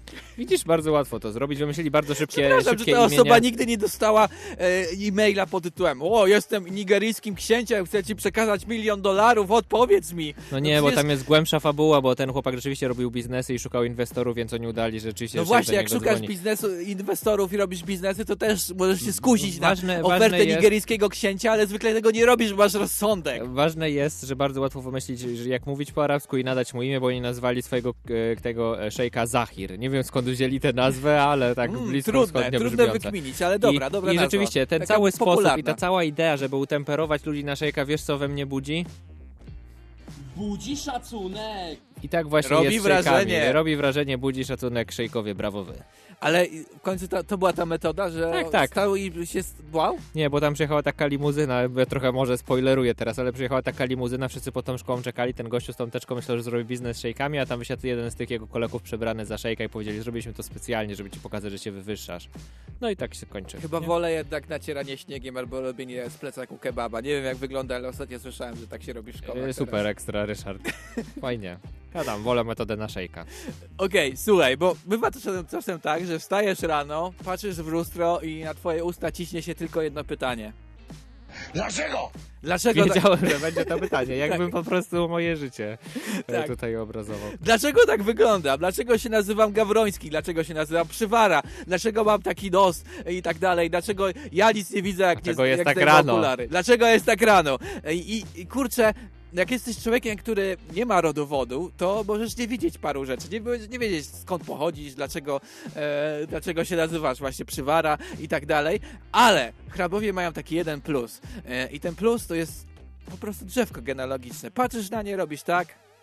Widzisz, bardzo łatwo to zrobić. Wymyślili bardzo szybkie Przepraszam, że ta imienia. osoba nigdy nie dostała e-maila pod tytułem: o, jestem nigeryjskim księciem, chcę ci przekazać $1 000 000, odpowiedz mi. No nie, bo tam jest głębsza fabuła, bo ten chłopak rzeczywiście robił biznesy i szukał inwestorów, więc oni udali, że rzeczywiście... No właśnie, jak szukasz biznesu, inwestorów i robisz biznesy, to też możesz się skusić na ofertę nigeryjskiego księcia, ale zwykle tego nie robisz, bo masz rozsądek. Ważne jest, że bardzo łatwo wymyślić, że jak mówić po arabsku i nadać mu imię, bo oni nazwali swojego tego szejka Zahir. Nie wiem, skąd wzięli tę nazwę, ale tak blisko wschodnio trudne wykminić, ale dobra I nazwa. rzeczywiście, ten taka cały popularna sposób i ta cała idea, żeby utemperować ludzi na szejka, wiesz co we mnie budzi? Budzi szacunek. I tak właśnie robi jest wrażenie. Robi wrażenie, budzi szacunek, szejkowie, brawo wy. Ale w końcu to była ta metoda, że tak. stał i się błał? Nie, bo tam przyjechała taka limuzyna, ja trochę może spoileruję teraz, ale przyjechała taka limuzyna, wszyscy pod tą szkołą czekali, ten gościu z tą teczką myślał, że zrobi biznes z szejkami, a tam wysiadł jeden z tych jego kolegów przebrany za szejka i powiedzieli, zrobiliśmy to specjalnie, żeby ci pokazać, że się wywyższasz. No i tak się kończy. Chyba wolę jednak nacieranie śniegiem albo robienie z plecaku kebaba. Nie wiem jak wygląda, ale ostatnio słyszałem, że tak się robi w szkołach. Super ekstra, Ryszard. Fajnie. Ja tam wolę metodę na szejka. Okej, słuchaj, bo bywa to czasem tak, że wstajesz rano, patrzysz w lustro i na twoje usta ciśnie się tylko jedno pytanie. Dlaczego? Dlaczego wiedziałem, że będzie to pytanie. Jakbym po prostu moje życie tutaj obrazował. Dlaczego tak wygląda? Dlaczego się nazywam Gawroński? Dlaczego się nazywam Przywara? Dlaczego mam taki nos i tak dalej? Dlaczego ja nic nie widzę, jak jest tak zdejmę rano? Okulary? Dlaczego jest tak rano? I kurczę, jak jesteś człowiekiem, który nie ma rodowodu, to możesz nie wiedzieć paru rzeczy. Nie wiedzieć skąd pochodzisz, dlaczego się nazywasz właśnie Przywara i tak dalej. Ale hrabowie mają taki jeden plus. I ten plus to jest po prostu drzewko genealogiczne. Patrzysz na nie, robisz tak.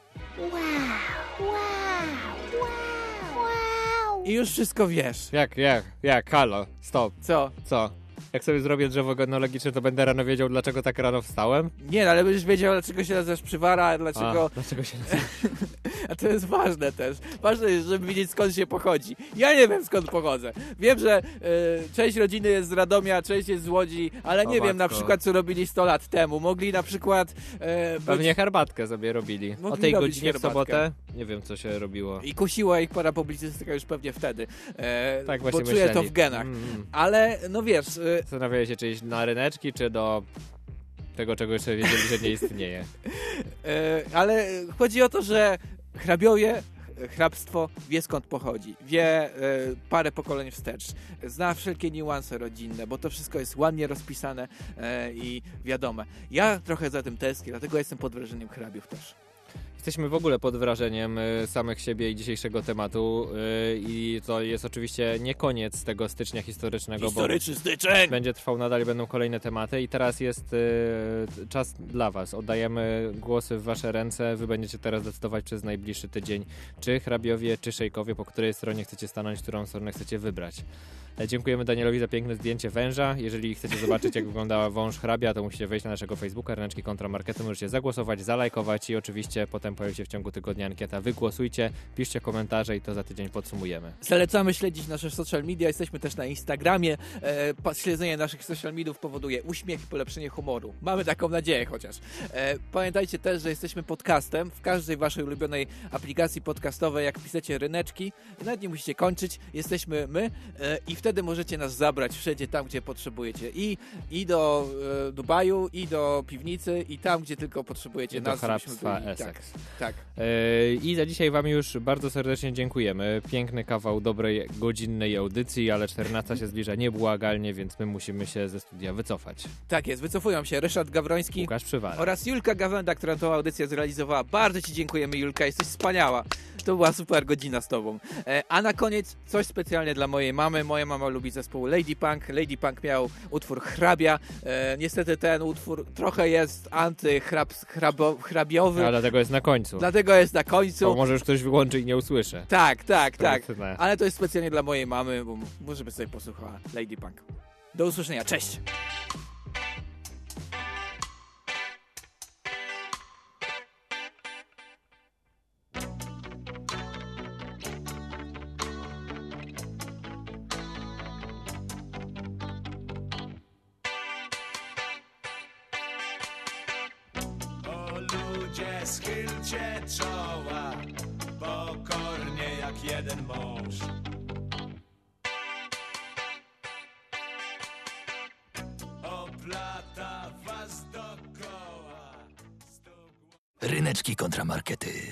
I już wszystko wiesz. Jak? Halo, stop. Co? Jak sobie zrobię drzewo genealogiczne, to będę rano wiedział, dlaczego tak rano wstałem? Nie, ale będziesz wiedział, dlaczego się nazywasz Przywara, dlaczego się nazywasz? A to jest ważne też. Ważne jest, żeby wiedzieć, skąd się pochodzi. Ja nie wiem, skąd pochodzę. Wiem, że część rodziny jest z Radomia, część jest z Łodzi, ale nie wiem na przykład, co robili 100 lat temu. Mogli na przykład... Pewnie herbatkę sobie robili. O tej godzinie w sobotę? Nie wiem, co się robiło. I kusiła ich para publicystyka już pewnie wtedy. Tak właśnie bo czuję to w genach. Ale, no wiesz... Zastanawiałeś się, czy iść na ryneczki, czy do tego, czego jeszcze wiedzieli, że nie istnieje. Ale chodzi o to, że hrabiowie, hrabstwo wie skąd pochodzi. Wie parę pokoleń wstecz. Zna wszelkie niuanse rodzinne, bo to wszystko jest ładnie rozpisane i wiadome. Ja trochę za tym tęsknię, dlatego jestem pod wrażeniem hrabiów też. Jesteśmy w ogóle pod wrażeniem samych siebie i dzisiejszego tematu i to jest oczywiście nie koniec tego stycznia historycznego, Historyczny styczeń! Będzie trwał nadal i będą kolejne tematy i teraz jest czas dla was. Oddajemy głosy w wasze ręce. Wy będziecie teraz decydować przez najbliższy tydzień, czy hrabiowie, czy szejkowie, po której stronie chcecie stanąć, którą stronę chcecie wybrać. Dziękujemy Danielowi za piękne zdjęcie węża. Jeżeli chcecie zobaczyć, jak wyglądała wąż hrabia, to musicie wejść na naszego Facebooka, Ryneczki kontra Markety. Możecie zagłosować, zalajkować i oczywiście potem pojawi się w ciągu tygodnia ankieta. Wygłosujcie, piszcie komentarze i to za tydzień podsumujemy. Zalecamy śledzić nasze social media. Jesteśmy też na Instagramie. Śledzenie naszych social mediów powoduje uśmiech i polepszenie humoru. Mamy taką nadzieję chociaż. Pamiętajcie też, że jesteśmy podcastem. W każdej waszej ulubionej aplikacji podcastowej, jak piszecie Ryneczki, nawet nie musicie kończyć. Jesteśmy my i wtedy możecie nas zabrać wszędzie tam, gdzie potrzebujecie. I do Dubaju, i do piwnicy, i tam, gdzie tylko potrzebujecie nas. Do hrabstwa Essex. Tak. I za dzisiaj wam już bardzo serdecznie dziękujemy. Piękny kawał dobrej, godzinnej audycji, ale 14 się zbliża niebłagalnie, więc my musimy się ze studia wycofać. Tak jest, wycofują się Ryszard Gawroński, Łukasz Przywara oraz Julka Gawenda, która tą audycję zrealizowała. Bardzo ci dziękujemy, Julka, jesteś wspaniała. To była super godzina z tobą. A na koniec coś specjalnie dla mojej mamy. Moja mama lubi zespół Lady Punk. Lady Punk miał utwór Hrabia. Niestety ten utwór trochę jest antyhrabiowy. Ale dlatego jest na końcu. To może już ktoś wyłączy i nie usłyszy. Tak. Ale to jest specjalnie dla mojej mamy, bo może by sobie posłuchała Lady Punk. Do usłyszenia. Cześć! Schylcie czoła, pokornie jak jeden mąż. Oplata was dookoła. Ryneczki kontramarkety.